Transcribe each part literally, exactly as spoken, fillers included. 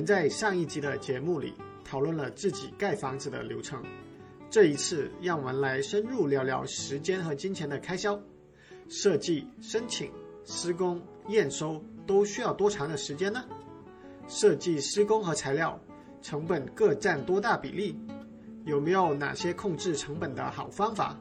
们在上一集的节目里讨论了自己盖房子的流程，这一次让我们来深入聊聊时间和金钱的开销。设计、申请、施工、验收都需要多长的时间呢？设计、施工和材料成本各占多大比例？有没有哪些控制成本的好方法？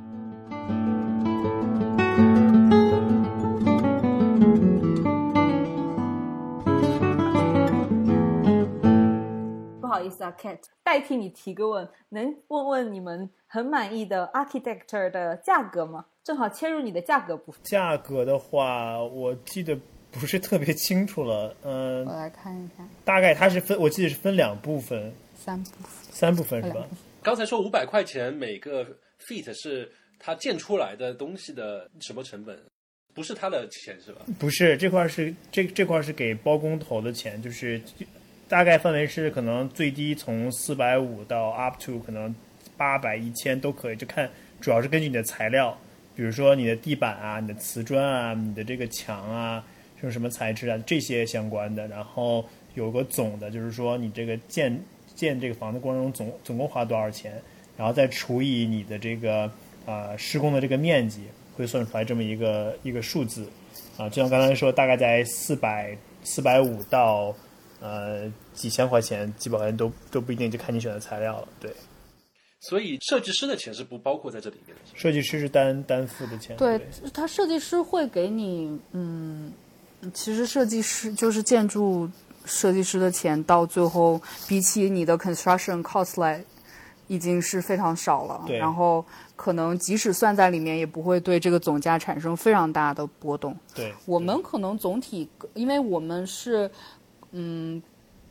不好意思啊 Kent， 代替你提个问，能问问你们很满意的 architecture 的价格吗？正好切入你的价格部分。 价格的话我记得不是特别清楚了，嗯、 呃，我来看一看， 大概它是分，我记得是分两部分， 三部分， 三部分是吧？ 刚才说五百块钱每个 feet 是它建出来的东西的什么成本？不是它的钱是吧？ 不是，这块是这这块是给包工头的钱，就是大概范围是可能最低从四百五到 up to 可能八百一千都可以，就看主要是根据你的材料，比如说你的地板啊、你的瓷砖啊、你的这个墙啊，用什么材质啊，这些相关的，然后有个总的，就是说你这个建建这个房子过程中总总共花多少钱，然后再除以你的这个呃施工的这个面积，会算出来这么一个一个数字啊。就像刚才说，大概在四百四百五到呃几千块钱，基本上都都不一定，就看你选的材料了。对， 所以设计师的钱是不包括在这里面的。 设计师是单单付的钱。 对， 对， 他设计师会给你，嗯，其实设计师就是建筑设计师的钱，到最后比起你的 construction cost 来，已经是非常少了。 对， 然后可能即使算在里面，也不会对这个总价产生非常大的波动。 对， 我们可能总体，因为我们是，嗯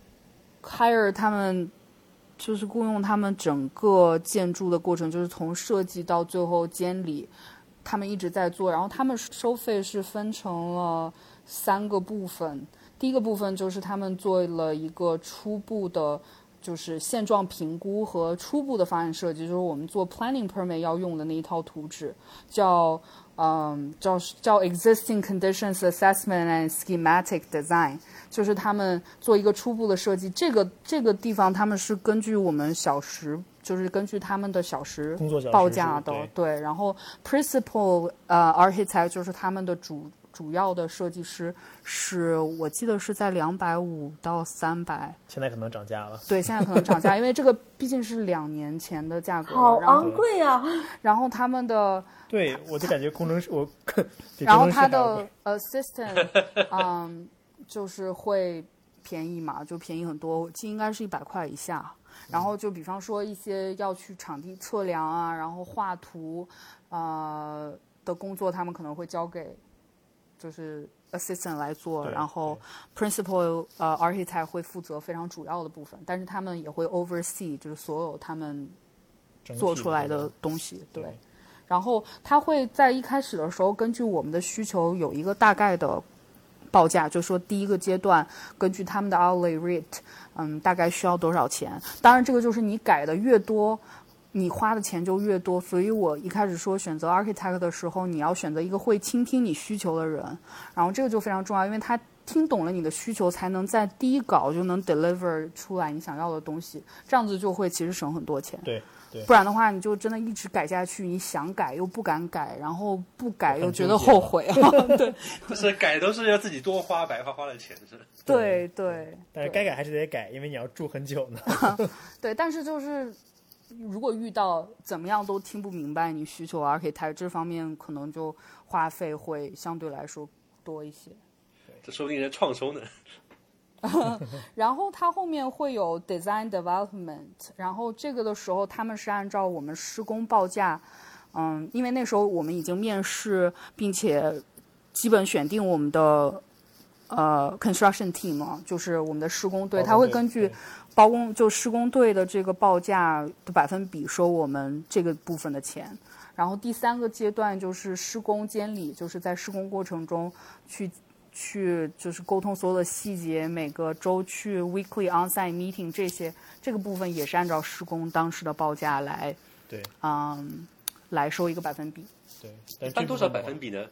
，hire 他们。就是雇佣他们整个建筑的过程，就是从设计到最后监理，他们一直在做。然后他们收费是分成了三个部分。第一个部分就是他们做了一个初步的，就是现状评估和初步的方案设计，就是我们做 planning permit 要用的那一套图纸，叫嗯叫叫 existing conditions assessment and schematic design。就是他们做一个初步的设计，这个这个地方他们是根据我们小时，就是根据他们的小时报价的， 对, 对。然后 principal 呃 architect 就是他们的主主要的设计师，是我记得是在两百五到三百， 现在可能涨价了。 对，现在可能涨价，因为这个毕竟是两年前的价格， 好昂贵啊！ 然后他们的， 对，我就感觉工程师我， 然后他的 assistant， 嗯。就是会便宜嘛，就便宜很多，这应该是一百块以下。然后就比方说一些要去场地测量啊，然后画图，呃的工作，他们可能会交给就是 assistant 来做，然后 principal 呃 architect 会负责非常主要的部分，但是他们也会 oversee 就是所有他们做出来的东西，对。对，然后他会在一开始的时候根据我们的需求有一个大概的报价，就说第一个阶段根据他们的 hourly rate， 嗯，大概需要多少钱。当然这个就是你改的越多，你花的钱就越多。所以我一开始说选择 architect 的时候，你要选择一个会倾听你需求的人，然后这个就非常重要，因为他听懂了你的需求，才能在第一稿就能 deliver 出来你想要的东西，这样子就会其实省很多钱。 对，对， 不然的话你就真的一直改下去，你想改又不敢改，然后不改又觉得后悔啊。对， 不是改都是要自己多花白花花的钱是。 对对， 但是该改还是得改，因为你要住很久呢。 对，但是就是如果遇到怎么样都听不明白你需求 architect 这方面，可能就花费会相对来说多一些。 这说不定人创收呢。 然后它后面会有 design development， 然后这个的时候他们是按照我们施工报价，嗯，因为那时候我们已经面试并且基本选定我们的呃 construction team 了，就是我们的施工队，他会根据包工就施工队的这个报价的百分比收我们这个部分的钱。然后第三个阶段就是施工监理，就是在施工过程中去去就是沟通所有的细节，每个周去 weekly on-site meeting 这些，这个部分也是按照施工当时的报价来， 对， 嗯，来收一个百分比。 对，但按多少百分比呢？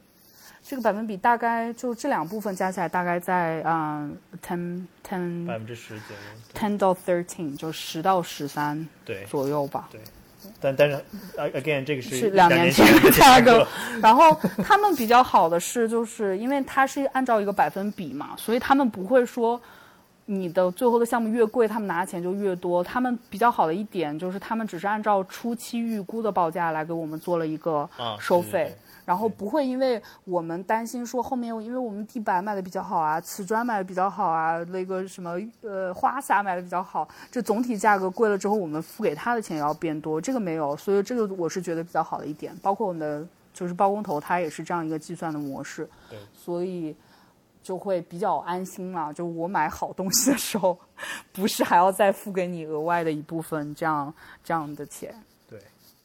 这个百分比大概就这两部分加起来大概在嗯 ten ten 百分之十左右 ten 到 thirteen 就十到十三对左右吧。 对，但但是 again 这个是是两年前的价格。然后他们比较好的是，就是因为它是按照一个百分比嘛，所以他们不会说你的最后的项目越贵，他们拿的钱就越多。他们比较好的一点就是，他们只是按照初期预估的报价来给我们做了一个收费。 啊，对对对， 然后不会因为我们担心说后面因为我们地板卖的比较好啊，瓷砖卖的比较好啊，那个什么呃花洒卖的比较好，这总体价格贵了之后，我们付给他的钱也要变多，这个没有，所以这个我是觉得比较好的一点。包括我们的就是包工头，他也是这样一个计算的模式， 对， 所以就会比较安心嘛。就我买好东西的时候，不是还要再付给你额外的一部分这样这样的钱。 对。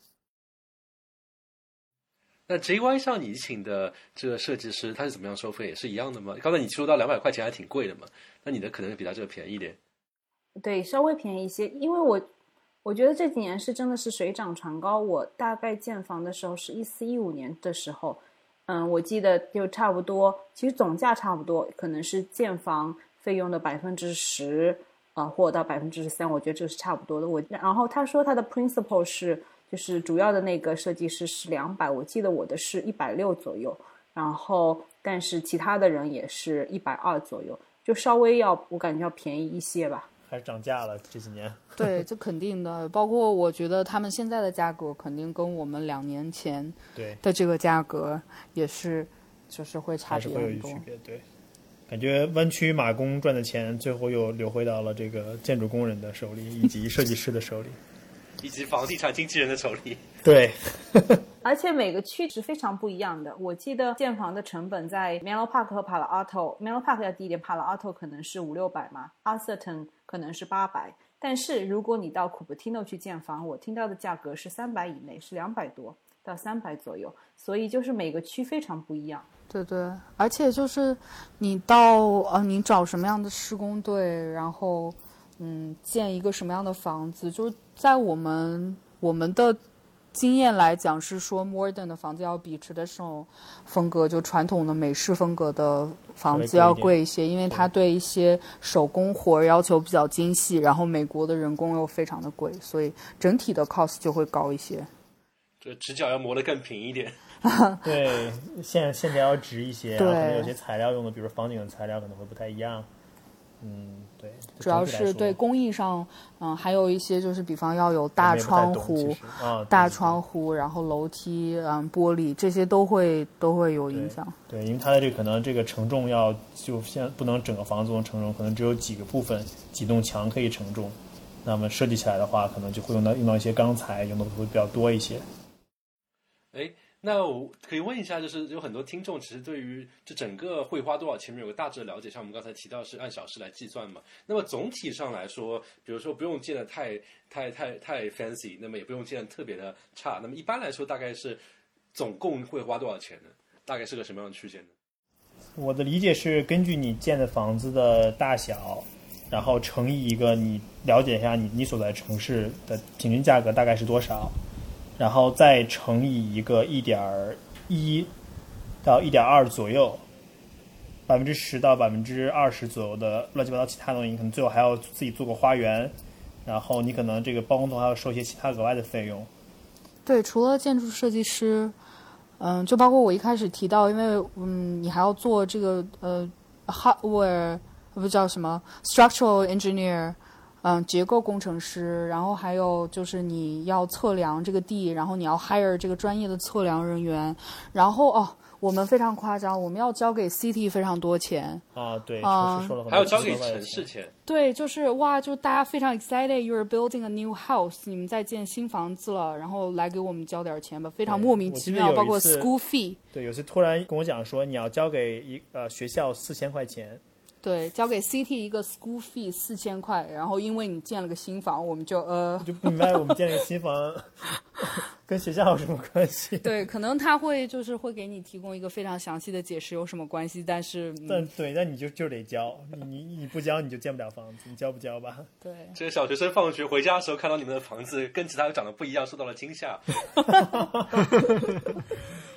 那 J Y 上你请的这个设计师他是怎么样收费？也是一样的吗？刚才你说到两百块钱还挺贵的嘛，那你的可能比他这个便宜一点。 对，稍微便宜一些，因为我我觉得这几年是真的是水涨船高。我大概建房的时候是一四一五年的时候，嗯，我记得就差不多，其实总价差不多，可能是建房费用的百分之十，呃，或者到百分之十三，我觉得这个是差不多的。我然后他说他的 principal 是。就是主要的那个设计师是两百，我记得我的是一百六左右，然后但是其他的人也是一百二左右，就稍微要我感觉要便宜一些吧。 还是涨价了这几年。 对，这肯定的。包括我觉得他们现在的价格肯定跟我们两年前的这个价格也是，就是会差别很多。还是会有区别， 对。感觉湾区马工赚的钱最后又流回到了这个建筑工人的手里，以及设计师的手里。 以及房地产经纪人的手里。 对。 而且每个区是非常不一样的。我记得建房的成本在 Menlo Park 和 Palo Alto， Menlo Park 要低一点， Palo Alto 可能是五六百嘛， Atherton 可能是八百。但是如果你到 Cupertino 去建房，我听到的价格是三百以内，是两百多到三百左右。所以就是每个区非常不一样。 对对，而且就是你到呃，你找什么样的施工队，然后嗯，建一个什么样的房子，就是在我们我们的经验来讲是说 modern 的房子要比 traditional 风格就传统的美式风格的房子要贵一些，因为它对一些手工活要求比较精细，然后美国的人工又非常的贵，所以整体的 cost 就会高一些。 这直角要磨得更平一点。 对，线线条要直一些， 对， 可能有些材料用的，比如房顶的材料可能会不太一样。嗯，对， 主要是对工艺上，嗯，还有一些就是，比方要有大窗户、 啊、 大窗户，然后楼梯、嗯，玻璃这些都会都会有影响。 对，对，因为它的这个可能这个承重要就现不能整个房子能承重，可能只有几个部分、几栋墙可以承重。那么设计起来的话，可能就会用到用到一些钢材，用的会比较多一些。 哎。那我可以问一下，就是有很多听众其实对于这整个会花多少钱有个大致的了解，像我们刚才提到是按小时来计算嘛。那么总体上来说，比如说不用建的太太太太 fancy， 那么也不用建的特别的差，那么一般来说大概是总共会花多少钱呢？大概是个什么样的区间呢？ 我的理解是根据你建的房子的大小，然后乘以一个你了解一下你你所在城市的平均价格大概是多少。然后再乘以一个一点一到一点二左右，百分之十到百分之二十左右的乱七八糟其他东西，你可能最后还要自己做个花园，然后你可能这个包工头还要收一些其他额外的费用。 对，除了建筑设计师，嗯，就包括我一开始提到，因为嗯，你还要做这个呃 hardware 不叫什么 structural engineer。嗯，结构工程师，然后还有就是你要测量这个地，然后你要 hire 这个专业的测量人员，然后哦，我们非常夸张，我们要交给 City 非常多钱啊，对，城市说了很多， 还要交给城市钱， 对，就是哇，就大家非常 excited，you're building a new house， 你们在建新房子了，然后来给我们交点钱吧，非常莫名其妙，包括 school fee， 对，有次突然跟我讲说你要交给一呃学校四千块钱。 对，交给 C T 一个 school fee 四千块，然后因为你建了个新房，我们就呃， 就不明白我们建了个新房跟学校有什么关系？ 对，可能他会就是会给你提供一个非常详细的解释有什么关系，但是、嗯、 但对，但你就就得交，你你你不交你就建不了房子，你交不交吧？ 对， 这个小学生放学回家的时候看到你们的房子跟其他长得不一样，受到了惊吓。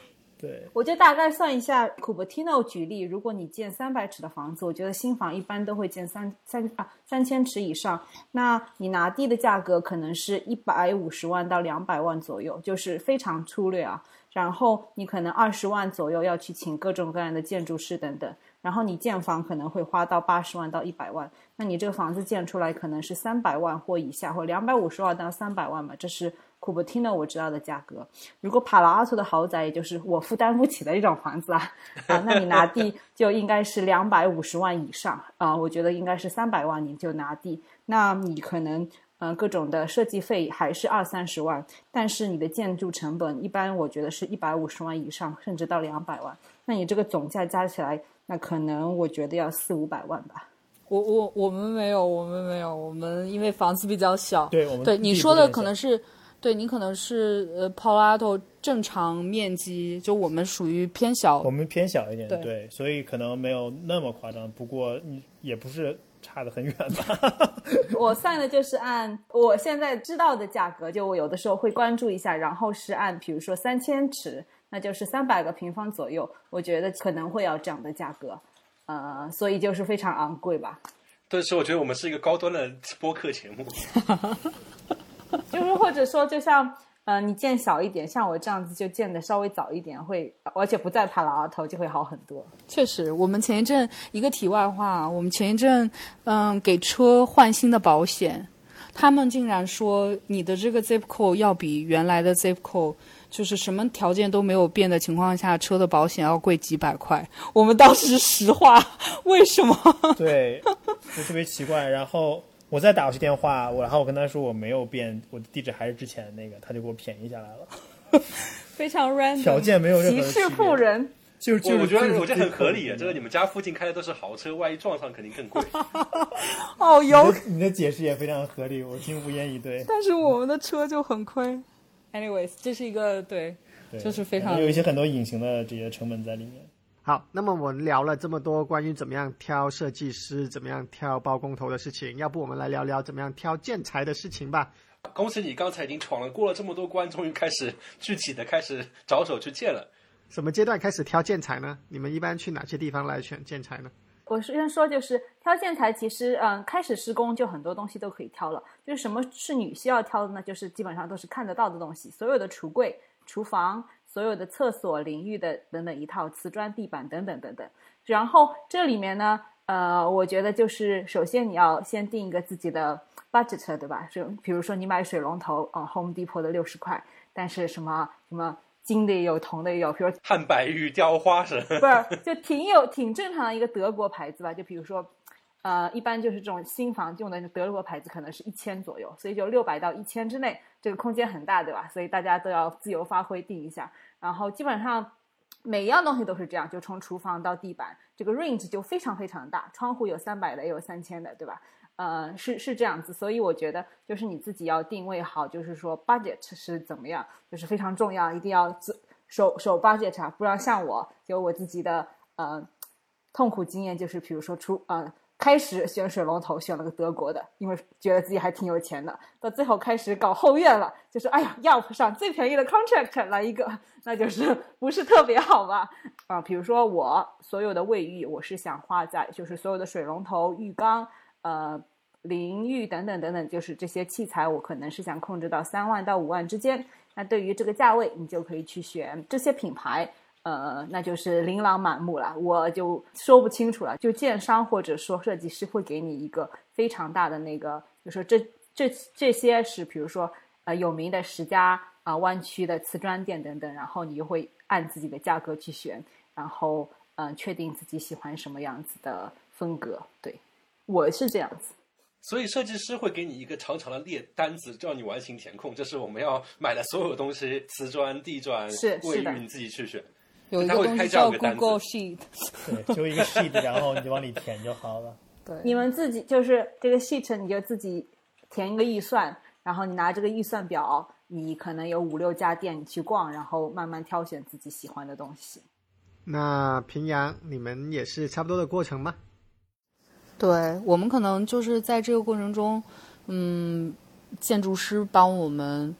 对， 我就大概算一下 Cupertino 举例，如果你建三百尺的房子，我觉得新房一般都会建三三啊三千尺以上，那你拿地的价格可能是一百五十万到两百万左右，就是非常粗略啊。然后你可能二十万左右要去请各种各样的建筑师等等，然后你建房可能会花到八十万到一百万，那你这个房子建出来可能是三百万或以下，或两百五十万到三百万吧，这是 Cupertino 我知道的价格。如果帕拉阿托的豪宅，也就是我负担不起的一种房子啊，啊，那你拿地就应该是两百五十万以上啊，我觉得应该是三百万你就拿地，那你可能呃，各种的设计费还是二三十万，但是你的建筑成本一般我觉得是一百五十万以上，甚至到两百万。那你这个总价加起来，那可能我觉得要四五百万吧。 我我我们没有，我们没有，我们因为房子比较小。 对，我们对你说的可能是，对你可能是呃 Palo 正常面积，就我们属于偏小， 我们偏小一点， 对， 对，所以可能没有那么夸张，不过也不是差得很远吧。 我算的就是按我现在知道的价格，就我有的时候会关注一下，然后是按比如说三千尺，那就是三百个平方左右，我觉得可能会要这样的价格，呃，所以就是非常昂贵吧。 但是我觉得我们是一个高端的播客节目。 就是或者说就像呃你建小一点，像我这样子就建的稍微早一点，会而且不在帕拉阿头就会好很多。 确实，我们前一阵一个题外话，我们前一阵嗯给车换新的保险，他们竟然说你的这个 zip code 要比原来的 zip code， 就是什么条件都没有变的情况下，车的保险要贵几百块。我们当时实话，为什么？ 对，就特别奇怪。然后我再打过去电话，我然后我跟他说我没有变，我的地址还是之前那个，他就给我便宜下来了。 非常 random， 条件没有任何的歧视富人。 就是就是， 我觉得我觉得很合理啊。这个你们家附近开的都是豪车，万一撞上肯定更贵。 哦，有你的你的解释也非常合理，我听无言以对。 但是我们的车就很亏。Anyways， 这是一个对， 对就是非常有一些很多隐形的这些成本在里面。 好，那么我们聊了这么多关于怎么样挑设计师、怎么样挑包工头的事情，要不我们来聊聊怎么样挑建材的事情吧。 恭喜你，刚才已经闯了过了这么多关，终于开始具体的开始着手去建了。 什么阶段开始挑建材呢？你们一般去哪些地方来选建材呢？ 我先说，就是挑建材，其实嗯，开始施工就很多东西都可以挑了。就是什么是女需要挑的呢？就是基本上都是看得到的东西，所有的橱柜、厨房、所有的厕所、淋浴的等等一套瓷砖地板等等等等。然后这里面呢，呃，我觉得就是首先你要先定一个自己的 budget， 对吧？就比如说你买水龙头，呃 Home Depot 的六十块，但是什么什么金的也有，铜的也有，比如汉白玉雕花神， 不是，就挺有挺正常的一个德国牌子吧。就比如说，呃，一般就是这种新房用的德国牌子，可能是一千左右，所以就六百到一千之内，这个空间很大，对吧？所以大家都要自由发挥定一下。然后基本上每一样东西都是这样，就从厨房到地板，这个 range 就非常非常大，窗户有三百的，也有三千的，对吧？呃，是是这样子，所以我觉得就是你自己要定位好，就是说 budget 是怎么样，就是非常重要，一定要守守 budget 啊，不然像我有我自己的呃痛苦经验，就是比如说出呃开始选水龙头选了个德国的，因为觉得自己还挺有钱的，到最后开始搞后院了，就是哎呀要不上最便宜的 contract 来一个，那就是不是特别好吧？啊、呃，比如说我所有的卫浴，我是想花在就是所有的水龙头、浴缸。呃，淋浴等等等等，就是这些器材，我可能是想控制到三万到五万之间。那对于这个价位，你就可以去选这些品牌，呃，那就是琳琅满目了。我就说不清楚了，就建商或者说设计师会给你一个非常大的那个，就说这这这些是比如说呃有名的十家啊、呃、湾区的瓷砖店等等，然后你就会按自己的价格去选，然后嗯、呃、确定自己喜欢什么样子的风格，对。我是这样子， 所以设计师会给你一个长长的列单子，叫你完形填空。这是我们要买的所有东西，瓷砖、地砖、卫浴，你自己去选。 有一个东西叫 Google Sheet， 对，就一个 sheet， 然后你就往里填就好了。 对，你们自己就是这个 sheet， 你就自己填一个预算，然后你拿这个预算表，你可能有五六家店你去逛，然后慢慢挑选自己喜欢的东西。 那平阳，你们也是差不多的过程吗？ 对，我们可能就是在这个过程中，嗯，建筑师帮我们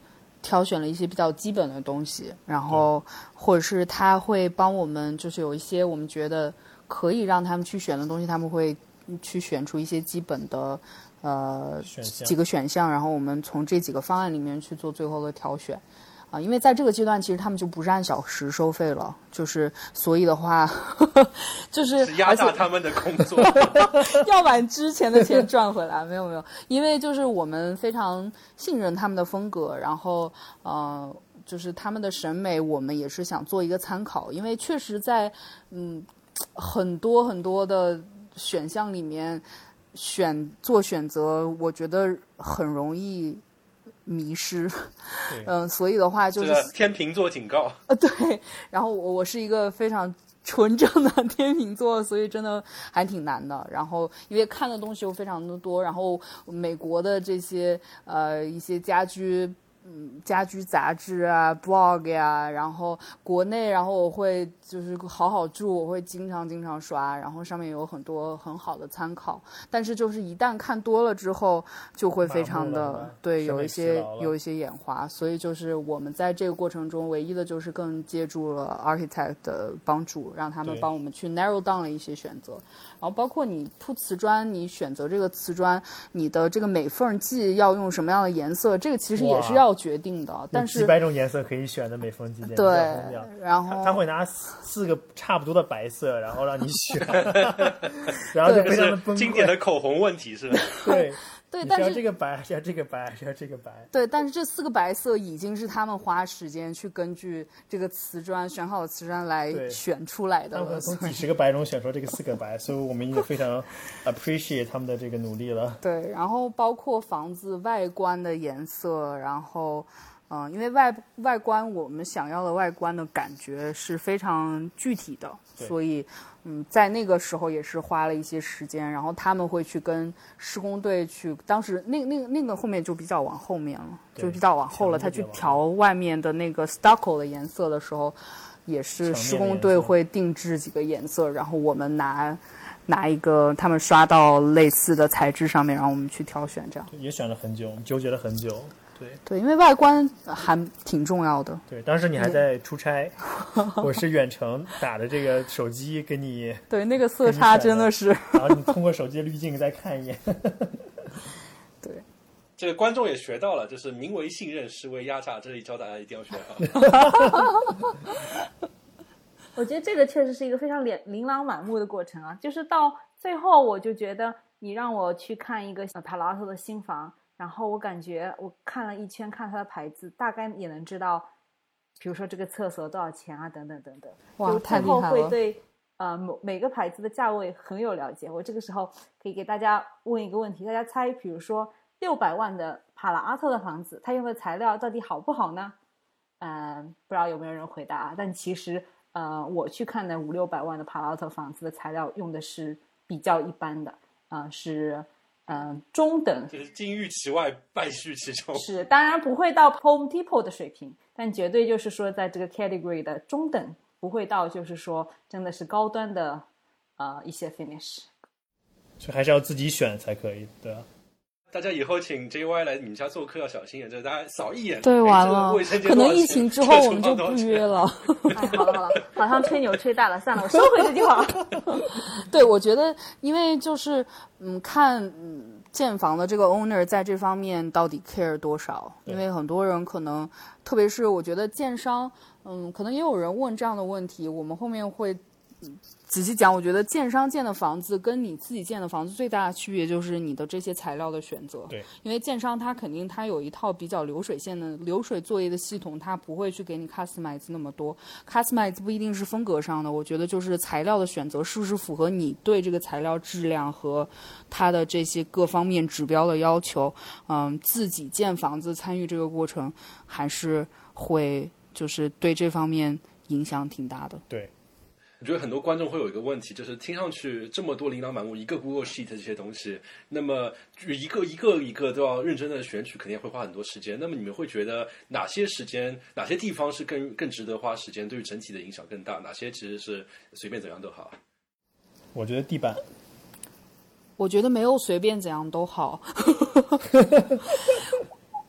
挑选了一些比较基本的东西，然后或者是他会帮我们，就是有一些我们觉得可以让他们去选的东西，他们会去选出一些基本的呃几个选项，然后我们从这几个方案里面去做最后的挑选。啊，因为在这个阶段，其实他们就不是按小时收费了，就是所以的话，呵呵就是是压榨他们的工作， 要把之前的钱赚回来。没有没有，因为就是我们非常信任他们的风格，然后呃，就是他们的审美，我们也是想做一个参考，因为确实在嗯很多很多的选项里面选做选择，我觉得很容易迷失，嗯、呃，所以的话就是、 这个、天秤座警告， 呃，对，然后我我是一个非常纯正的天秤座，所以真的还挺难的。然后因为看的东西又非常的多，然后美国的这些呃一些家居。嗯，家居杂志啊 blog 呀、啊，然后国内，然后我会就是好好住，我会经常经常刷，然后上面有很多很好的参考，但是就是一旦看多了之后，就会非常的对有一些有一些眼花，所以就是我们在这个过程中，唯一的就是更借助了 architect 的帮助，让他们帮我们去 narrow down 了一些选择，然后包括你铺瓷砖，你选择这个瓷砖，你的这个美缝剂要用什么样的颜色，这个其实也是要决定的，但是几百种颜色可以选的美缝机， 对，然后他会拿四个差不多的白色，然后让你选，然后就非常的崩溃。 经典的口红问题是吧？ 对。 对，但是这个白，要这个白，要这个白。 对，但是这四个白色已经是他们花时间去根据这个瓷砖选好的瓷砖来选出来的了。 他们从几十个白中选出这个四个白，所以我们也非常 appreciate 他们的这个努力了。 对，然后包括房子外观的颜色，然后嗯、呃，因为外外观我们想要的外观的感觉是非常具体的，所以。嗯，在那个时候也是花了一些时间，然后他们会去跟施工队去，当时那那那个后面就比较往后面了，就比较往后了。他去调外面的那个 stucco 的颜色的时候，也是施工队会定制几个颜色，然后我们拿拿一个他们刷到类似的材质上面，然后我们去挑选，这样也选了很久，纠结了很久。对对，因为外观还挺重要的。 对，当时你还在出差，我是远程打的这个手机给你。 对，那个色差真的是。 然后你通过手机滤镜再看一眼。 对， 这个观众也学到了，就是名为信任，实为压榨，这里教大家一定要学好。 我觉得这个确实是一个非常琳琳琅满目的过程啊，就是到最后我就觉得你让我去看一个帕拉托的新房。然后我感觉我看了一圈，看它的牌子，大概也能知道，比如说这个厕所多少钱啊，等等等等。 哇，太厉害了！ 会对呃每个牌子的价位很有了解。我这个时候可以给大家问一个问题，大家猜，比如说六百万的帕拉阿特的房子，它用的材料到底好不好呢？嗯、呃，不知道有没有人回答。但其实呃，我去看的五六百万的帕拉阿特房子的材料用的是比较一般的，啊、呃、是。嗯，中等就是金玉其外，败絮其中。 是，当然不会到 Home Depot 的水平，但绝对就是说，在这个 category 的中等，不会到就是说真的是高端的呃一些 finish。 所以还是要自己选才可以，对啊。 大家以后请 J Y 来你们家做客要小心眼，这大家扫一眼。 对，完了，可能疫情之后我们就不约了。 哎，好了好了，好像吹牛吹大了，算了，我收回这句话。 对，我觉得，因为就是嗯，看嗯建房的这个 owner 在这方面到底 care 多少？因为很多人可能，特别是我觉得建商，嗯，可能也有人问这样的问题，我们后面会。仔细讲，我觉得建商建的房子跟你自己建的房子最大的区别就是你的这些材料的选择。 对， 因为建商它肯定它有一套比较流水线的流水作业的系统，它不会去给你 customize 那么多。customize 不一定是风格上的，我觉得就是材料的选择是不是符合你对这个材料质量和它的这些各方面指标的要求。嗯，自己建房子参与这个过程，还是会就是对这方面影响挺大的。 对。 我觉得很多观众会有一个问题，就是听上去这么多琳琅满目，一个 Google Sheet 这些东西，那么一个一个一个都要认真的选取，肯定会花很多时间。那么你们会觉得哪些时间、哪些地方是更更值得花时间，对于整体的影响更大？哪些其实是随便怎样都好？ 我觉得地板， 我觉得没有随便怎样都好。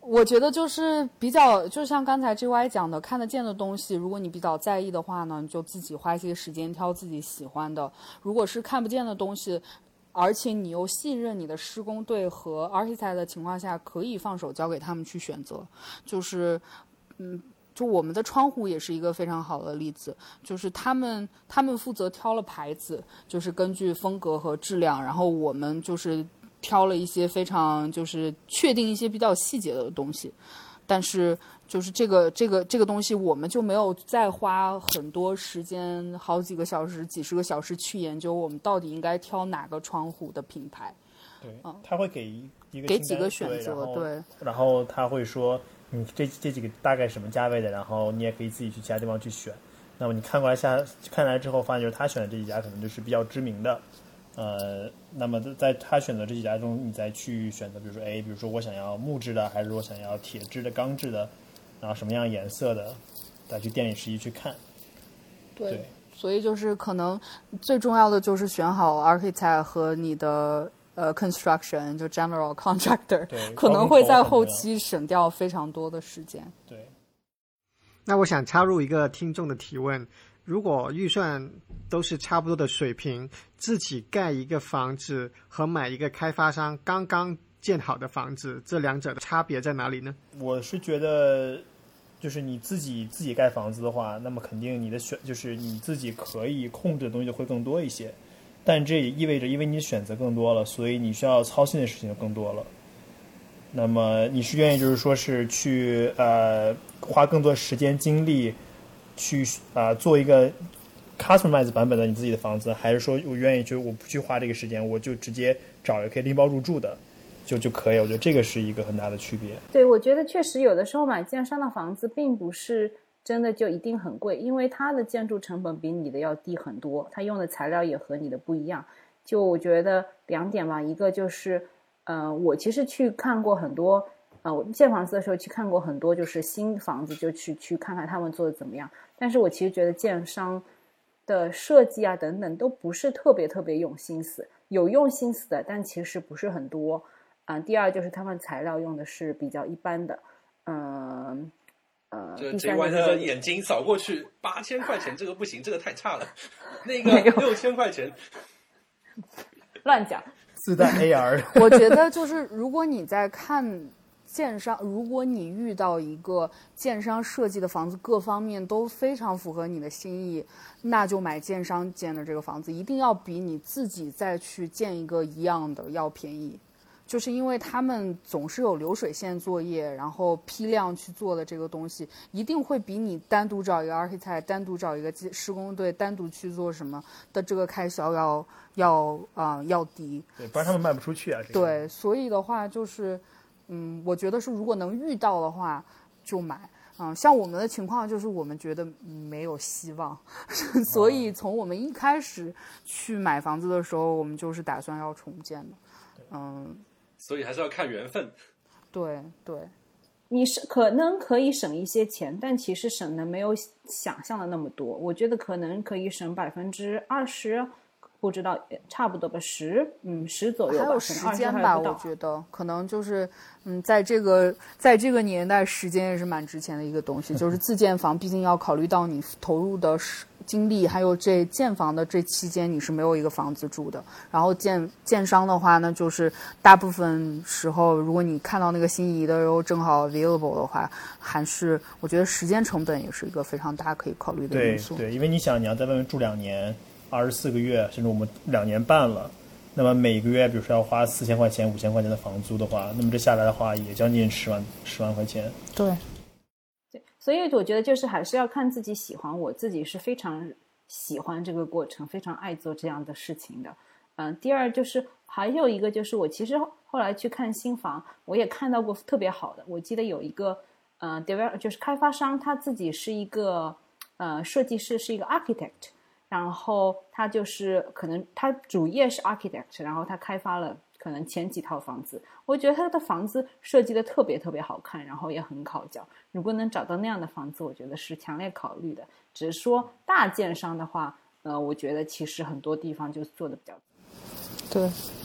我觉得就是比较，就像刚才 G Y 讲的，看得见的东西，如果你比较在意的话呢，你就自己花一些时间挑自己喜欢的。如果是看不见的东西，而且你又信任你的施工队和 architect 的情况下，可以放手交给他们去选择。就是，嗯。就我们的窗户也是一个非常好的例子，就是他们他们负责挑了牌子，就是根据风格和质量，然后我们就是挑了一些非常就是确定一些比较细节的东西，但是就是这个这个这个东西我们就没有再花很多时间，好几个小时、几十个小时去研究我们到底应该挑哪个窗户的品牌。 对，嗯、他会给一个给几个选择， 对， 对， 然后他会说。你这这几个大概什么价位的，然后你也可以自己去其他地方去选。那么你看过来下看来之后，发现就是他选的这几家可能就是比较知名的，呃，那么在他选的这几家中，你再去选择，比如说，哎，比如说我想要木质的，还是我想要铁质的、钢制的，然后什么样颜色的，再去店里实际去看。 对， 对， 所以就是可能最重要的就是选好 architect 和你的。呃 ，construction 就 general contractor 可能会在后期省掉非常多的时间。 对。 那我想插入一个听众的提问：如果预算都是差不多的水平，自己盖一个房子和买一个开发商刚刚建好的房子，这两者的差别在哪里呢？ 我是觉得，就是你自己自己盖房子的话，那么肯定你的选就是你自己可以控制的东西就会更多一些。但这也意味着，因为你选择更多了，所以你需要操心的事情就更多了。那么你是愿意就是说是去呃花更多时间精力去啊、呃、做一个 customize 版本的你自己的房子，还是说我愿意就我不去花这个时间，我就直接找一个可以拎包入住的就就可以？我觉得这个是一个很大的区别。 对，我觉得确实有的时候买建商的房子并不是真的就一定很贵，因为它的建筑成本比你的要低很多，它用的材料也和你的不一样。就我觉得两点吧，一个就是呃，我其实去看过很多呃，我建房子的时候去看过很多就是新房子，就去去看看他们做的怎么样。但是我其实觉得建商的设计啊等等都不是特别特别用心思，有用心思的，但其实不是很多。嗯、呃，第二就是他们材料用的是比较一般的，嗯、呃。呃， 这第三 J Y 的眼睛扫过去，八千块钱这个不行，这个太差了。那个六千块钱， 乱讲， 自带 A R。 我觉得就是如果你在看建商，如果你遇到一个建商设计的房子各方面都非常符合你的心意，那就买建商建的这个房子，一定要比你自己再去建一个一样的要便宜。就是因为他们总是有流水线作业，然后批量去做的这个东西，一定会比你单独找一个 architect， 单独找一个施工队，单独去做什么的这个开销要要啊、呃、要低。 对，不然他们卖不出去啊。这个、 对，所以的话就是，嗯，我觉得是如果能遇到的话就买。嗯，像我们的情况就是我们觉得没有希望，所以从我们一开始去买房子的时候，我们就是打算要重建的。嗯。 所以还是要看缘分。 对对， 你是可能可以省一些钱，但其实省的没有想象的那么多。我觉得可能可以省百分之二十，不知道差不多吧，十嗯十左右吧， 还有时间吧，我觉得可能就是嗯，在这个在这个年代，时间也是蛮值钱的一个东西。就是自建房，毕竟要考虑到你投入的精力，还有这建房的这期间你是没有一个房子住的。然后建建商的话呢，就是大部分时候，如果你看到那个心仪的时候正好 available 的话，还是我觉得时间成本也是一个非常大可以考虑的因素。 对对，因为你想你要在外面住两年。二十四个月，甚至我们两年半了，那么每个月比如说要花四千块钱、五千块钱的房租的话，那么这下来的话也将近十万十万块钱。 对， 对，所以我觉得就是还是要看自己喜欢。我自己是非常喜欢这个过程，非常爱做这样的事情的。嗯、呃，第二就是还有一个就是我其实后来去看新房，我也看到过特别好的。我记得有一个呃 developer 就是开发商，他自己是一个呃设计师，是一个 architect。然后他就是可能他主业是 architect， 然后他开发了可能前几套房子，我觉得他的房子设计的特别特别好看，然后也很考究。如果能找到那样的房子，我觉得是强烈考虑的。只是说大建商的话，呃，我觉得其实很多地方就做的比较对。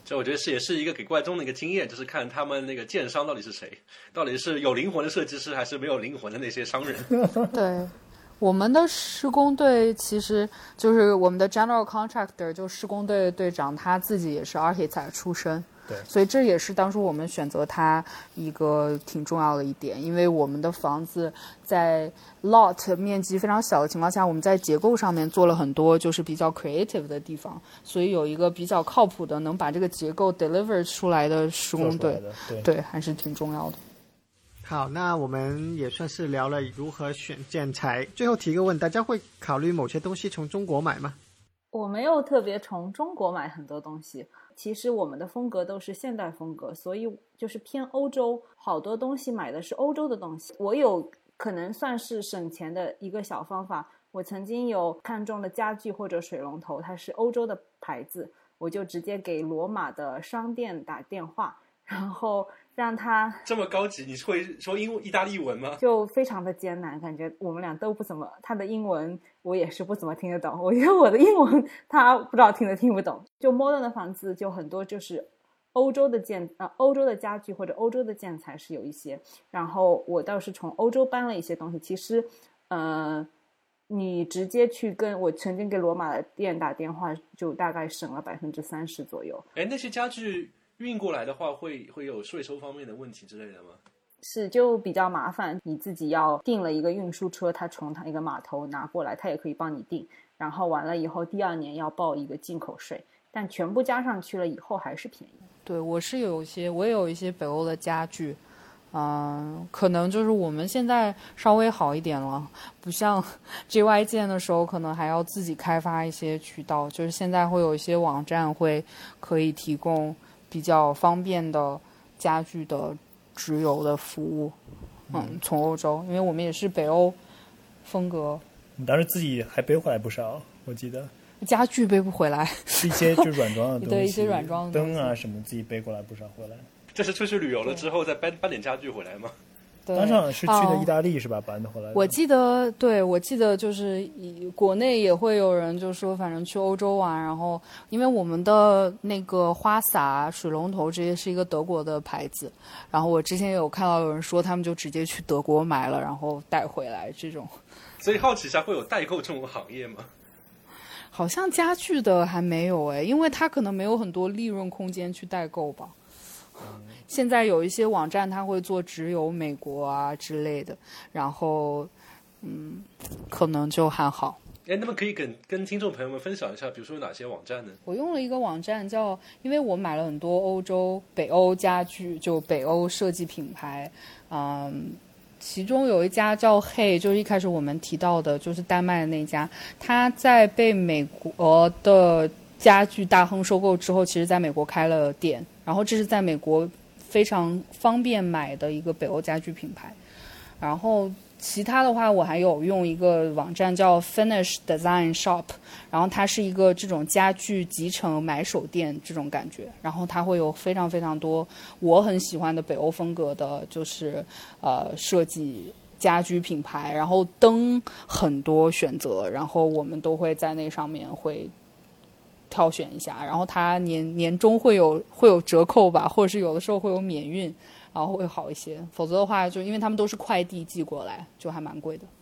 这我觉得是也是一个给观众的一个经验，就是看他们那个建商到底是谁，到底是有灵魂的设计师还是没有灵魂的那些商人。 对，我们的施工队其实就是我们的 general contractor， 就施工队队长他自己也是 architect 出身。 对， 所以这也是当初我们选择它一个挺重要的一点，因为我们的房子在 lot 面积非常小的情况下，我们在结构上面做了很多就是比较 creative 的地方，所以有一个比较靠谱的能把这个结构 deliver 出来的施工队， 对对，还是挺重要的。 好，那我们也算是聊了如何选建材。最后提个问，大家会考虑某些东西从中国买吗？ 我没有特别从中国买很多东西，其实我们的风格都是现代风格，所以就是偏欧洲，好多东西买的是欧洲的东西。我有可能算是省钱的一个小方法，我曾经有看中的家具或者水龙头，它是欧洲的牌子，我就直接给罗马的商店打电话，然后让他这么高级，你会说英意大利文吗？ 就非常的艰难，感觉我们俩都不怎么，他的英文我也是不怎么听得懂，我觉得我的英文他不知道听得听不懂。就 modern 的房子就很多就是欧洲的建呃欧洲的家具或者欧洲的建材是有一些，然后我倒是从欧洲搬了一些东西。其实呃你直接去跟我曾经给罗马的店打电话，就大概省了百分之三十左右。 哎，那些家具运过来的话，会会有税收方面的问题之类的吗？ 是，就比较麻烦，你自己要订了一个运输车，他从他一个码头拿过来，他也可以帮你订，然后完了以后第二年要报一个进口税，但全部加上去了以后还是便宜。 对，我是有一些我也有一些北欧的家具，嗯、呃，可能就是我们现在稍微好一点了，不像 G Y 建的时候可能还要自己开发一些渠道，就是现在会有一些网站会可以提供比较方便的家具的直邮的服务，嗯，从欧洲，因为我们也是北欧风格。 你当时自己还背回来不少，我记得。 家具背不回来， 是一些就软装的东西， 对，一些软装的灯啊什么自己背过来不少回来。 这是出去旅游了之后再搬搬点家具回来吗？ 当场是去的意大利、哦、是吧？搬的回来的。 我记得，对，我记得就是国内也会有人就说，反正去欧洲玩，然后因为我们的那个花洒、水龙头这些是一个德国的牌子，然后我之前有看到有人说他们就直接去德国买了，然后带回来这种。 所以好奇一下，会有代购这种行业吗？ 好像家具的还没有哎，因为它可能没有很多利润空间去代购吧。现在有一些网站它会做直邮美国啊之类的，然后嗯，可能就还好。 哎，那么可以跟跟听众朋友们分享一下，比如说有哪些网站呢？ 我用了一个网站叫，因为我买了很多欧洲北欧家具，就北欧设计品牌，嗯，其中有一家叫 Hey， 就是一开始我们提到的，就是丹麦的那家，它在被美国的家具大亨收购之后，其实在美国开了店，然后这是在美国非常方便买的一个北欧家具品牌。然后其他的话，我还有用一个网站叫 Finish Design Shop， 然后它是一个这种家具集成买手店这种感觉，然后它会有非常非常多我很喜欢的北欧风格的，就是呃设计家居品牌，然后灯很多选择，然后我们都会在那上面会挑选一下，然后它年年终会有会有折扣吧，或者是有的时候会有免运，然后会好一些，否则的话就因为他们都是快递寄过来，就还蛮贵的。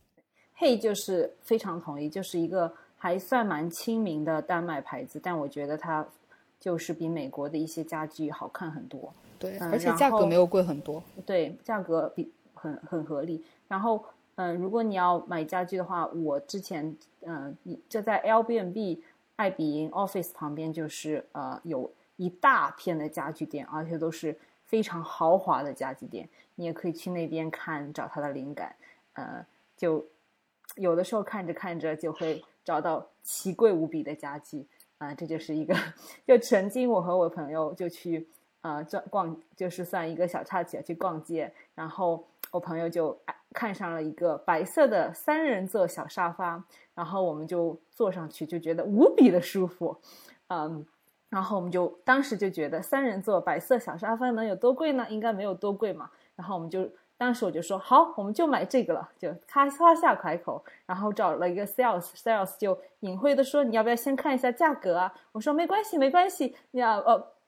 Hey 就是非常同意，就是一个还算蛮亲民的丹麦牌子，但我觉得它就是比美国的一些家具好看很多。 对， 嗯、 而且价格没有贵很多。 对，价格比很很合理。然后嗯、呃，如果你要买家具的话，我之前嗯、呃、就在 Airbnb 爱彼迎 Office 旁边，就是呃有一大片的家具店，而且都是非常豪华的家具店，你也可以去那边看，找它的灵感。呃，就有的时候看着看着就会找到奇贵无比的家具啊、呃，这就是一个。就曾经我和我朋友就去呃逛，就是算一个小插曲去逛街，然后我朋友就看上了一个白色的三人座小沙发，然后我们就坐上去就觉得无比的舒服，嗯。然后我们就当时就觉得三人座白色小沙发能有多贵呢？应该没有多贵嘛。然后我们就当时我就说好，我们就买这个了，就咔夸下海口。然后找了一个 sales， sales 就隐晦的说你要不要先看一下价格啊？我说没关系没关系，你要呃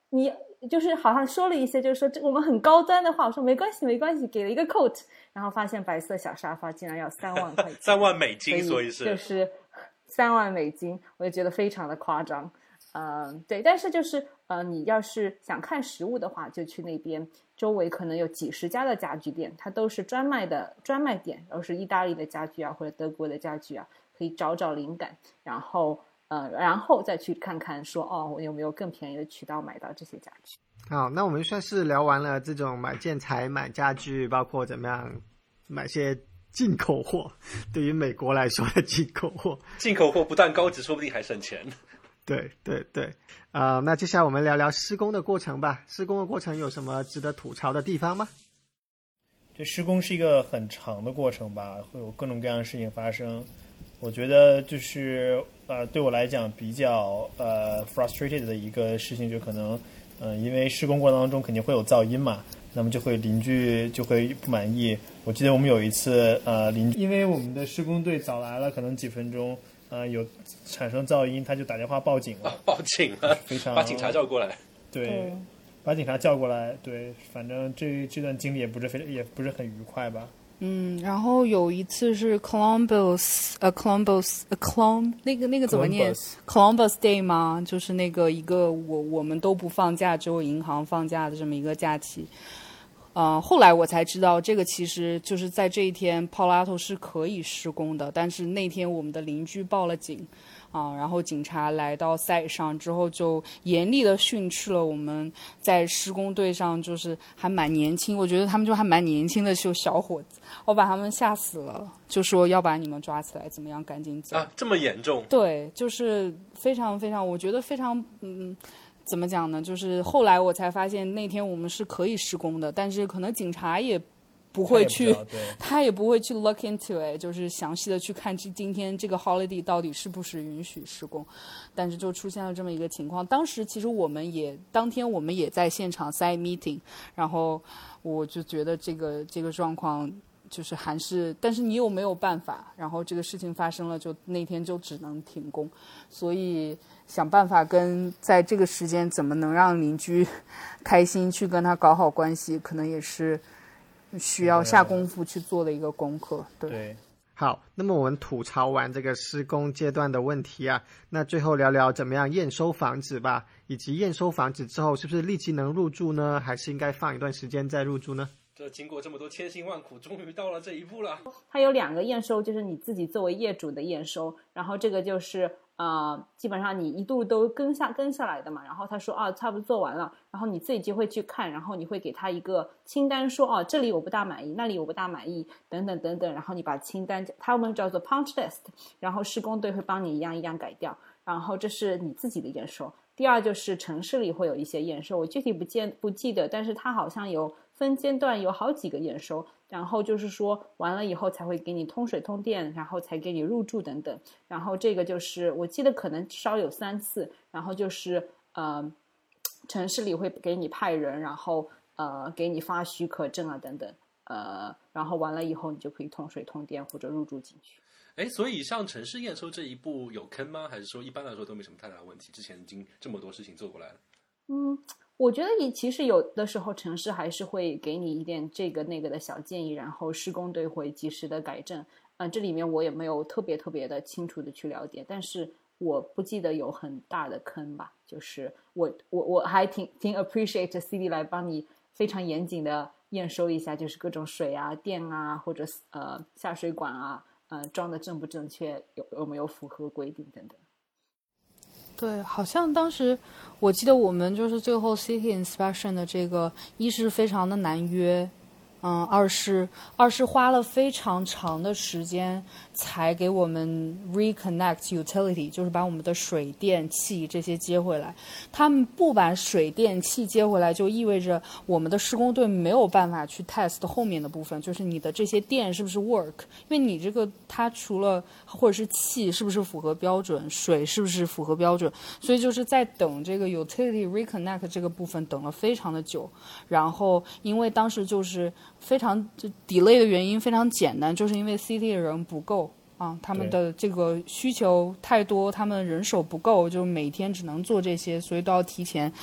你就是好像说了一些，就是说这我们很高端的话，我说没关系没关系，给了一个 coat， 然后发现白色小沙发竟然要三万块钱， 三万美金，所以是就是三万美金，我就觉得非常的夸张。呃，对，但是就是呃，你要是想看实物的话，就去那边，周围可能有几十家的家具店，它都是专卖的专卖店，都是意大利的家具啊，或者德国的家具啊，可以找找灵感，然后呃，然后再去看看说哦，我有没有更便宜的渠道买到这些家具。 好，那我们算是聊完了这种买建材、买家具，包括怎么样买些进口货。对于美国来说的进口货， 进口货不但高级，说不定还省钱。 对对对，啊、呃，那接下来我们聊聊施工的过程吧。施工的过程有什么值得吐槽的地方吗？ 这施工是一个很长的过程吧，会有各种各样的事情发生。我觉得就是呃，对我来讲比较呃 frustrated 的一个事情，就可能嗯、呃，因为施工过程当中肯定会有噪音嘛，那么就会邻居就会不满意。我记得我们有一次呃，邻居因为我们的施工队早来了，可能几分钟。呃，有产生噪音，他就打电话报警了。 哦、报警了， 非常把警察叫过来。 对，把警察叫过来。对，反正这这段经历也不是非也不是很愉快吧。 嗯，然后有一次是 Columbus， 呃 Columbus， 呃 Colum 那个那个怎么念 Columbus Day 吗？就是那个一个我我们都不放假，只有银行放假的这么一个假期。呃，后来我才知道，这个其实就是在这一天 Palo 是可以施工的，但是那天我们的邻居报了警，啊、呃，然后警察来到 site 上之后，就严厉的训斥了我们在施工队上，就是还蛮年轻，我觉得他们就还蛮年轻的，就小伙子，我把他们吓死了，就说要把你们抓起来，怎么样，赶紧走啊，这么严重？ 对，就是非常非常，我觉得非常嗯。怎么讲呢？就是后来我才发现，那天我们是可以施工的，但是可能警察也不会去， 他 也, 他也不会去 look into it， 就是详细的去看这今天这个 holiday 到底是不是允许施工。但是就出现了这么一个情况。当时其实我们也当天我们也在现场 site meeting， 然后我就觉得这个这个状况。就是还是，但是你又没有办法，然后这个事情发生了，就那天就只能停工，所以想办法跟在这个时间怎么能让邻居开心，去跟他搞好关系，可能也是需要下功夫去做的一个功课。对。 对， 好，那么我们吐槽完这个施工阶段的问题啊，那最后聊聊怎么样验收房子吧，以及验收房子之后是不是立即能入住呢，还是应该放一段时间再入住呢？ 这经过这么多千辛万苦，终于到了这一步了。 它有两个验收，就是你自己作为业主的验收，然后这个就是呃，基本上你一度都跟下跟下来的嘛。然后他说啊，差不多做完了，然后你自己就会去看，然后你会给他一个清单说，哦，这里我不大满意，那里我不大满意，等等等等。然后你把清单，他们叫做 punch list， 然后施工队会帮你一样一样改掉。然后这是你自己的验收。第二就是城市里会有一些验收，我具体不见不记得，但是它好像有分阶段，有好几个验收，然后就是说完了以后才会给你通水通电，然后才给你入住等等。然后这个就是我记得可能至少有三次，然后就是呃城市里会给你派人，然后呃给你发许可证啊等等，呃然后完了以后你就可以通水通电或者入住进去。 哎，所以像城市验收这一步有坑吗？还是说一般来说都没什么太大的问题？之前已经这么多事情做过来了。 嗯，我觉得你其实有的时候城市还是会给你一点这个那个的小建议，然后施工队会及时的改正。嗯，这里面我也没有特别特别的清楚的去了解，但是我不记得有很大的坑吧。就是我我我还挺挺 appreciate C D 来帮你非常严谨的验收一下，就是各种水啊、电啊，或者呃下水管啊。呃，装的正不正确，有有没有符合规定等等。 对，好像当时我记得我们就是最后 city inspection 的这个，一是非常的难约，嗯，二是二是花了非常长的时间才给我们 reconnect utility， 就是把我们的水电气这些接回来。他们不把水电气接回来，就意味着我们的施工队没有办法去 test 后面的部分，就是你的这些电是不是 work， 因为你这个它除了或者是气是不是符合标准，水是不是符合标准，所以就是在等这个 utility reconnect 这个部分等了非常的久。然后因为当时就是非常就 delay 的原因非常简单，就是因为 C T 的人不够啊，他们的这个需求太多，他们人手不够，就每天只能做这些，所以都要提前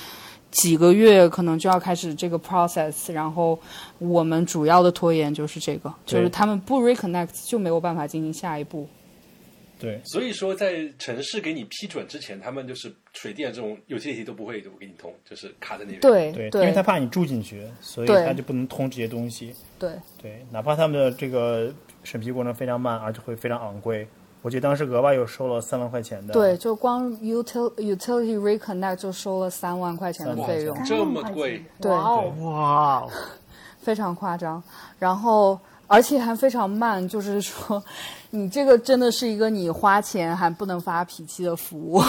几个月可能就要开始这个 process， 然后我们主要的拖延就是这个，就是他们不 reconnect 就没有办法进行下一步。 对， 所以说在城市给你批准之前，他们就是水电这种有些题都不会都不给你通，就是卡在那边。 对对， 对， 因为他怕你住进去，所以他就不能通这些东西。 对对，哪怕他们的这个审批过程非常慢，而且会非常昂贵。我记得当时额外又收了三万块钱的。 对，就光 util utility reconnect 就收了三万块钱的费用， 这么贵？ 对， 哇， 非常夸张。然后而且还非常慢，就是说你这个真的是一个你花钱还不能发脾气的服务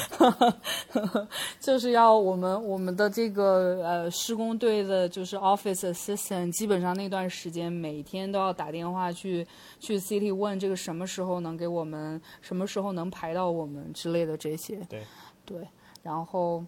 就是要我们我们的这个呃施工队的就是 office assistant 基本上那段时间每天都要打电话去去 city 问这个什么时候能给我们，什么时候能排到我们之类的这些。 对对，然后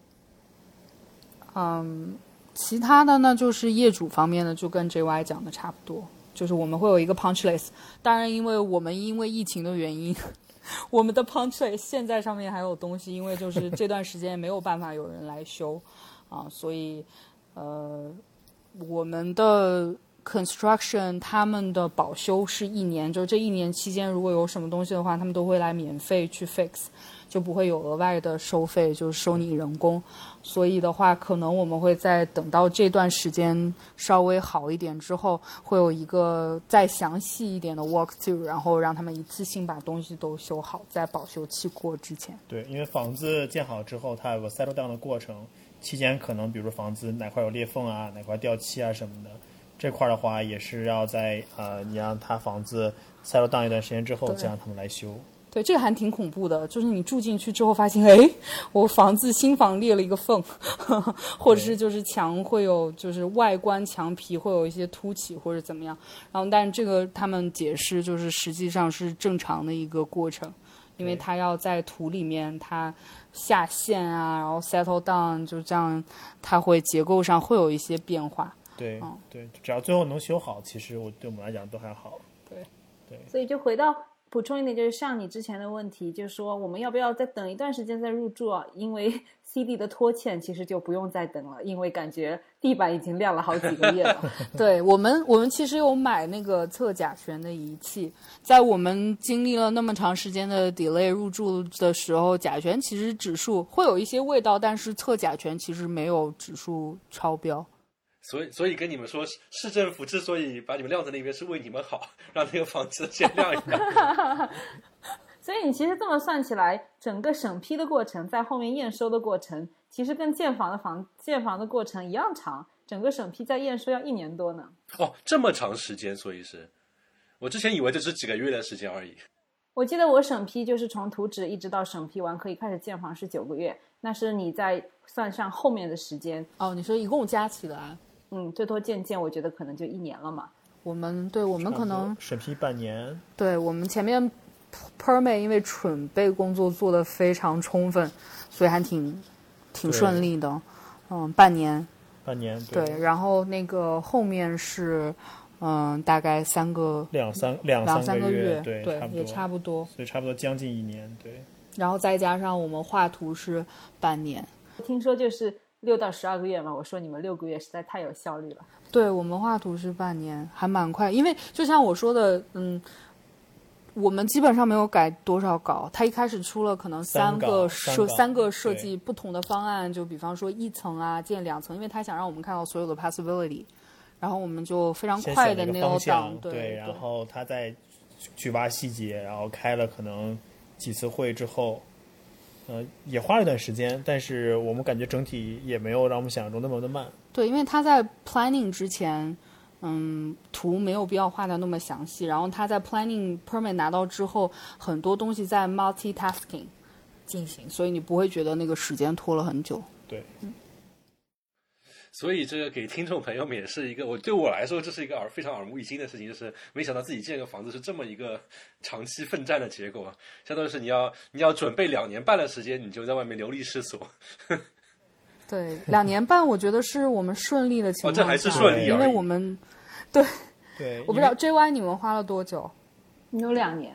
嗯其他的呢就是业主方面的就跟 J Y 讲的差不多，就是我们会有一个 punch list， 当然因为我们因为疫情的原因我们的 punch list 现在上面还有东西，因为就是这段时间没有办法有人来修啊，所以呃我们的 construction 他们的保修是一年，就这一年期间如果有什么东西的话他们都会来免费去 fix， 就不会有额外的收费，就是收你人工。所以的话可能我们会在等到这段时间稍微好一点之后会有一个再详细一点的 walk through， 然后让他们一次性把东西都修好在保修期过之前。 对，因为房子建好之后它有个 settle down 的过程，期间可能比如说房子哪块有裂缝啊，哪块掉漆啊什么的，这块的话也是要在呃你让他房子 settle down 一段时间之后再让他们来修。 对，这个还挺恐怖的，就是你住进去之后发现，哎，我房子新房裂了一个缝，呵呵或者是就是墙会有，就是外观墙皮会有一些凸起或者怎么样。然后，但这个他们解释就是实际上是正常的一个过程，因为它要在土里面它下陷啊，然后 settle down， 就这样，它会结构上会有一些变化。 对、 嗯、 对，只要最后能修好，其实我对我们来讲都还好。 对对， 所以就回到。补充一点，就是像你之前的问题，就是说我们要不要再等一段时间再入住啊？因为 C D 的拖欠其实就不用再等了，因为感觉地板已经晾了好几个月了。 对，我们我们其实有买那个测甲醛的仪器，在我们经历了那么长时间的 delay 入住的时候，甲醛其实指数会有一些味道，但是测甲醛其实没有指数超标。 所以，所以跟你们说，市政府之所以把你们晾在那边，是为你们好，让那个房子先晾一晾。 所以你其实这么算起来，整个审批的过程，在后面验收的过程，其实跟建房的房建房的过程一样长，整个审批在验收要一年多呢。 哦，这么长时间，所以是我之前以为这是几个月的时间而已。 我记得我审批就是从图纸一直到审批完可以开始建房是九个月，那是你再算上后面的时间。 哦，你说一共加起来？ 嗯，最多渐渐我觉得可能就一年了嘛。 我们对我们可能审批半年。 对，我们前面 permit 因为准备工作做得非常充分，所以还挺挺顺利的。嗯，半年。 半年对, 对，然后那个后面是嗯大概三个两三两两三个月， 对对差不多也差不多， 所以差不多将近一年。对， 然后再加上我们画图是半年。 听说就是六到十二个月嘛，我说你们六个月实在太有效率了。 对，我们画图是半年，还蛮快。因为就像我说的，嗯，我们基本上没有改多少稿。他一开始出了可能三个设三个设计不同的方案，就比方说一层啊，建两层，因为他想让我们看到所有的 possibility， 然后我们就非常快的 nail down。 对， 对， 然后他再去挖细节，然后开了可能几次会之后。呃，也花了一段时间，但是我们感觉整体也没有让我们想象中那么的慢。 对，因为他在 planning 之前，嗯，图没有必要画的那么详细，然后他在 planning permit 拿到之后，很多东西在 multitasking 进行，所以你不会觉得那个时间拖了很久。 对， 嗯。 所以这个给听众朋友们也是一个，我对我来说这是一个耳非常耳目一新的事情，就是没想到自己建个房子是这么一个长期奋战的结果，相当于是你要你要准备两年半的时间，你就在外面流离失所。 对，两年半我觉得是我们顺利的情况下， 哦，这还是顺利， 因为我们对对， 我不知道 J Y 你们花了多久？ 有两年。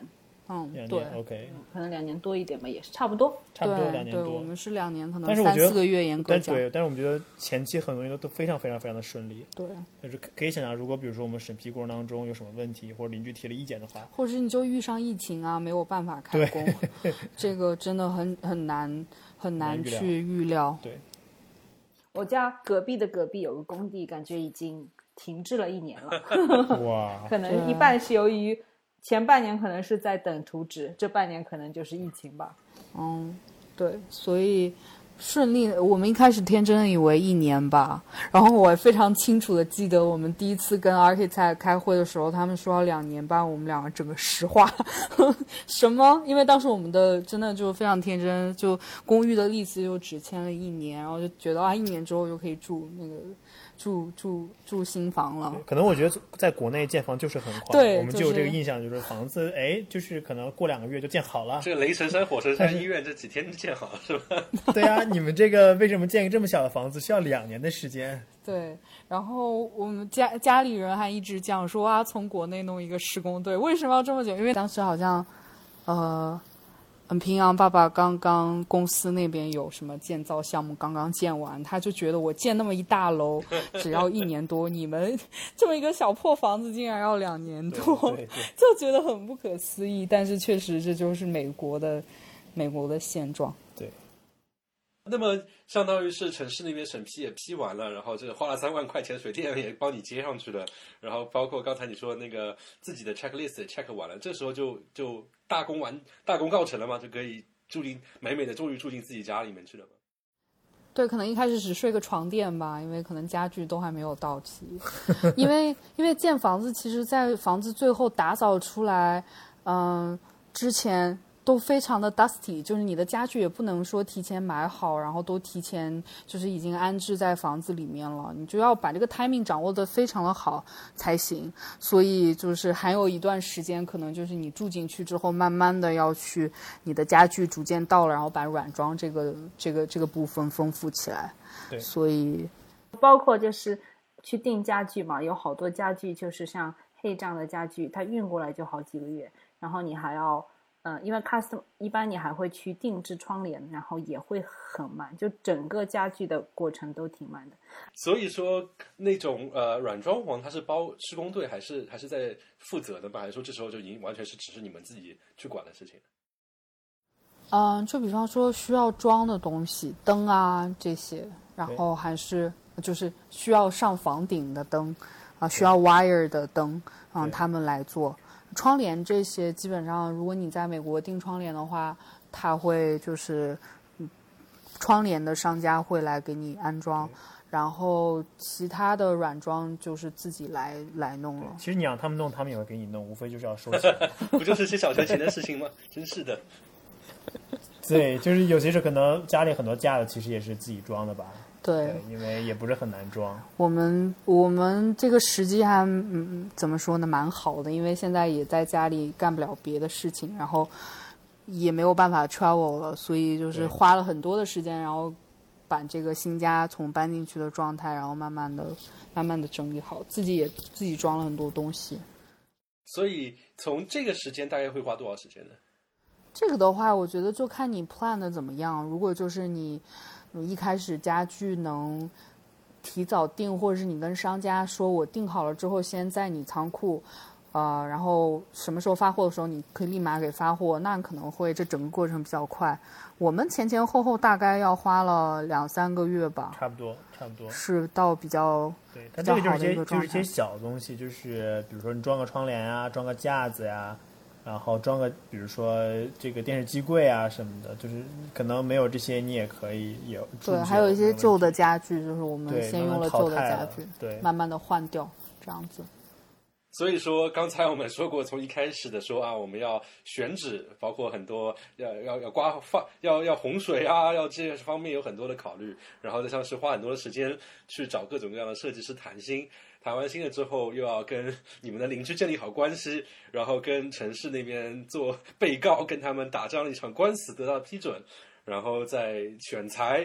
嗯， 两对年 OK， 可能两年多一点吧，也是差不多。 差不多对对， 两年多。 我们是两年，可能但是我觉得三四个月严格讲。 但对，但是我们觉得前期很多东西都非常非常非常的顺利。 对， 就是可以想象，如果比如说我们审批过程当中有什么问题，或者邻居提了意见的话， 或者你就遇上疫情啊，没有办法开工，这个真的很很难很难去预料。 对， 我家隔壁的隔壁有个工地，感觉已经停滞了一年了。 哇， 可能一半是由于前半年可能是在等图纸，这半年可能就是疫情吧。 嗯，对，所以顺利，我们一开始天真的以为一年吧，然后我非常清楚的记得我们第一次跟 Architect 开会的时候，他们说要两年半，我们两个整个石化，什么？因为当时我们的真的就非常天真，就公寓的利息就只签了一年，然后就觉得啊，一年之后就可以住那个住住住新房了。 可能我觉得在国内建房就是很快， 对， 我们就有这个印象，就是房子，哎，就是可能过两个月就建好了。 这个雷神山、火神山医院这几天就建好了，是吧？ 对啊，你们这个为什么建个这么小的房子需要两年的时间？ 对，然后我们家家里人还一直讲说啊，从国内弄一个施工队，为什么要这么久？因为当时好像，呃，嗯，平阳爸爸刚刚公司那边有什么建造项目刚刚建完，他就觉得我建那么一大楼只要一年多，你们这么一个小破房子竟然要两年多， 对对对， 就觉得很不可思议。但是确实这就是美国的美国的现状。 对。 那么相当于是城市那边审批也批完了，然后这个花了三万块钱，水电也帮你接上去了，然后包括刚才你说那个自己的 checklist 也 check 完了，这时候就就大功完大功告成了吗？就可以住进美美的终于住进自己家里面去了吗？ 对，可能一开始只睡个床垫吧，因为可能家具都还没有到齐。因为因为建房子，其实在房子最后打扫出来，嗯，之前都非常的 dusty， 就是你的家具也不能说提前买好，然后都提前就是已经安置在房子里面了，你就要把这个 timing 掌握的非常的好才行。所以就是还有一段时间，可能就是你住进去之后，慢慢的要去你的家具逐渐到了，然后把软装这个这个这个部分丰富起来。 对， 所以包括就是去订家具嘛，有好多家具就是像黑这样的家具，它运过来就好几个月，然后你还要嗯，因为 custom 一般你还会去定制窗帘，然后也会很慢，就整个家具的过程都挺慢的。 所以说那种呃软装潢它是包施工队还是还是在负责的吗？还是说这时候就已经完全是只是你们自己去管的事情？ 嗯，就比方说需要装的东西，灯啊这些，然后还是就是需要上房顶的灯啊，需要 wire 的灯，嗯，他们来做。窗帘这些基本上，如果你在美国订窗帘的话，他会就是窗帘的商家会来给你安装，然后其他的软装就是自己来来弄了。 其实你让他们弄，他们也会给你弄，无非就是要收钱。 不就是些小钱钱的事情吗？真是的。 对，就是有些是可能家里很多架子其实也是自己装的吧。 对， 对，因为也不是很难装。 我们我们这个时机还嗯怎么说呢，蛮好的，因为现在也在家里干不了别的事情，然后也没有办法 travel 了，所以就是花了很多的时间，然后把这个新家从搬进去的状态，然后慢慢的慢慢的整理好，自己也自己装了很多东西。 所以从这个时间大概会花多少时间呢？ 这个的话，我觉得就看你 plan 的怎么样。如果就是你你一开始家具能提早订，或者是你跟商家说我订好了之后先在你仓库呃，然后什么时候发货的时候你可以立马给发货，那可能会这整个过程比较快。我们前前后后大概要花了两三个月吧， 差不多差不多是到比较对，但这个就是一些就是一些些小东西，就是比如说你装个窗帘啊，装个架子呀，然后装个比如说这个电视机柜啊什么的，就是可能没有这些你也可以有。 对，还有一些旧的家具，就是我们先用了旧的家具， 对， 慢慢的换掉这样子。 所以说，刚才我们说过，从一开始的说啊，我们要选址，包括很多要要要刮放要要洪水啊，要这些方面有很多的考虑，然后再像是花很多的时间去找各种各样的设计师谈心，谈完心了之后，又要跟你们的邻居建立好关系，然后跟城市那边做被告，跟他们打这样一场官司得到批准，然后再选材。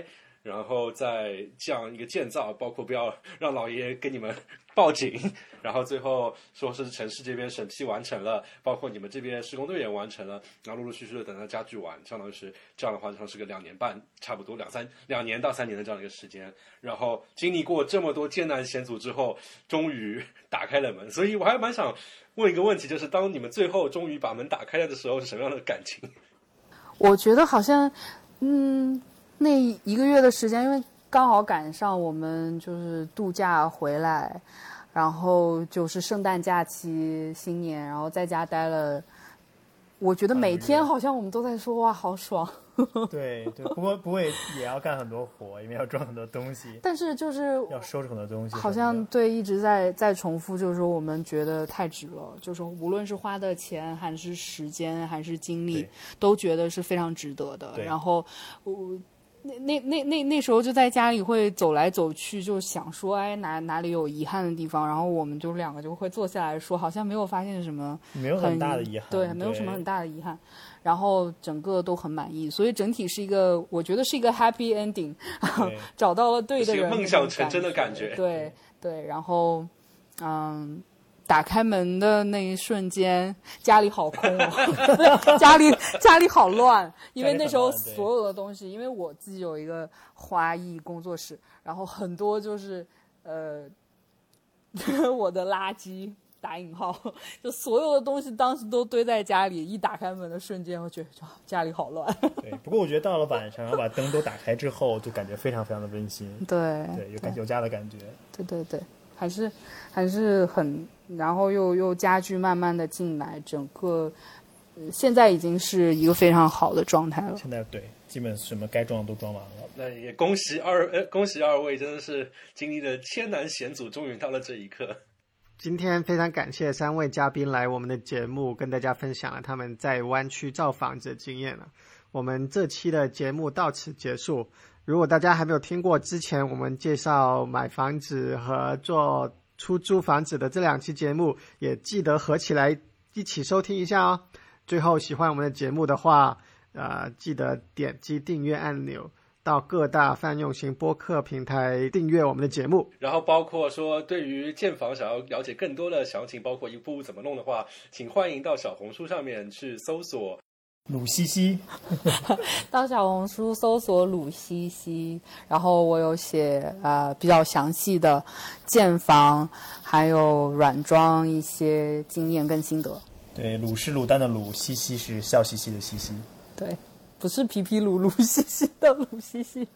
然后在这样一个建造，包括不要让老爷给你们报警，然后最后说是城市这边审批完成了，包括你们这边施工队也完成了，然后陆陆续续的等到家具完，相当于是这样的话，像是个两年半，差不多两三两年到三年的这样的一个时间。然后经历过这么多艰难险阻之后，终于打开了门。所以我还蛮想问一个问题，就是当你们最后终于把门打开了的时候，是什么样的感情？ 我觉得好像，嗯，那一个月的时间，因为刚好赶上我们就是度假回来，然后就是圣诞假期、新年，然后在家待了。我觉得每天好像我们都在说哇，好爽。 对对，不过不过也要干很多活，因为要装很多东西。 但是就是要收拾很多东西， 好像对一直在在重复，就是说我们觉得太值了，就是说无论是花的钱还是时间还是精力，都觉得是非常值得的。然后我。那那那那那时候就在家里会走来走去，就想说，哎，哪哪里有遗憾的地方，然后我们就两个就会坐下来说，好像没有发现什么很， 没有很大的遗憾， 对，没有什么很大的遗憾，然后整个都很满意，所以整体是一个，我觉得是一个 happy ending， 找到了对的人， 是一个梦想成真的感觉， 对对，然后嗯。打开门的那一瞬间，家里好空哦，家里家里好乱，因为那时候所有的东西，因为我自己有一个花艺工作室，然后很多就是呃我的垃圾打引号，就所有的东西当时都堆在家里，一打开门的瞬间，我觉得家里好乱。 对，不过我觉得到了晚上，然后把灯都打开之后，就感觉非常非常的温馨。 对对，有感有家的感觉。 对对对，还是还是很。然后又又家具慢慢的进来，整个、呃、现在已经是一个非常好的状态了。 现在对，基本什么该装的都装完了。 那也恭喜二呃恭喜二位，真的是经历了千难险阻，终于到了这一刻。 今天非常感谢三位嘉宾来我们的节目，跟大家分享了他们在湾区造房子的经验了。我们这期的节目到此结束。如果大家还没有听过之前我们介绍买房子和做出租房子的这两期节目，也记得合起来一起收听一下哦。最后喜欢我们的节目的话，呃，记得点击订阅按钮，到各大泛用型播客平台订阅我们的节目。 然后包括说对于建房想要了解更多的详情，包括一步步怎么弄的话，请欢迎到小红书上面去搜索鲁西西到小红书搜索鲁西西，然后我有写呃比较详细的建房还有软装一些经验跟心得。 对，鲁是卤蛋的鲁，西西是笑嘻嘻的西西。 对，不是皮皮鲁鲁西西的鲁西西。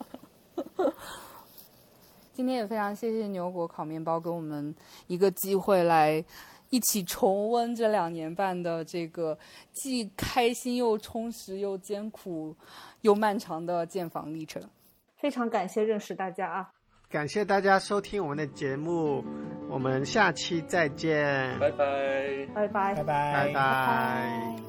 今天也非常谢谢牛果烤面包给我们一个机会来一起重温这两年半的这个既开心又充实又艰苦又漫长的建房历程。 非常感谢认识大家啊！ 感谢大家收听我们的节目，我们下期再见， 拜拜， 拜拜， 拜拜， 拜拜。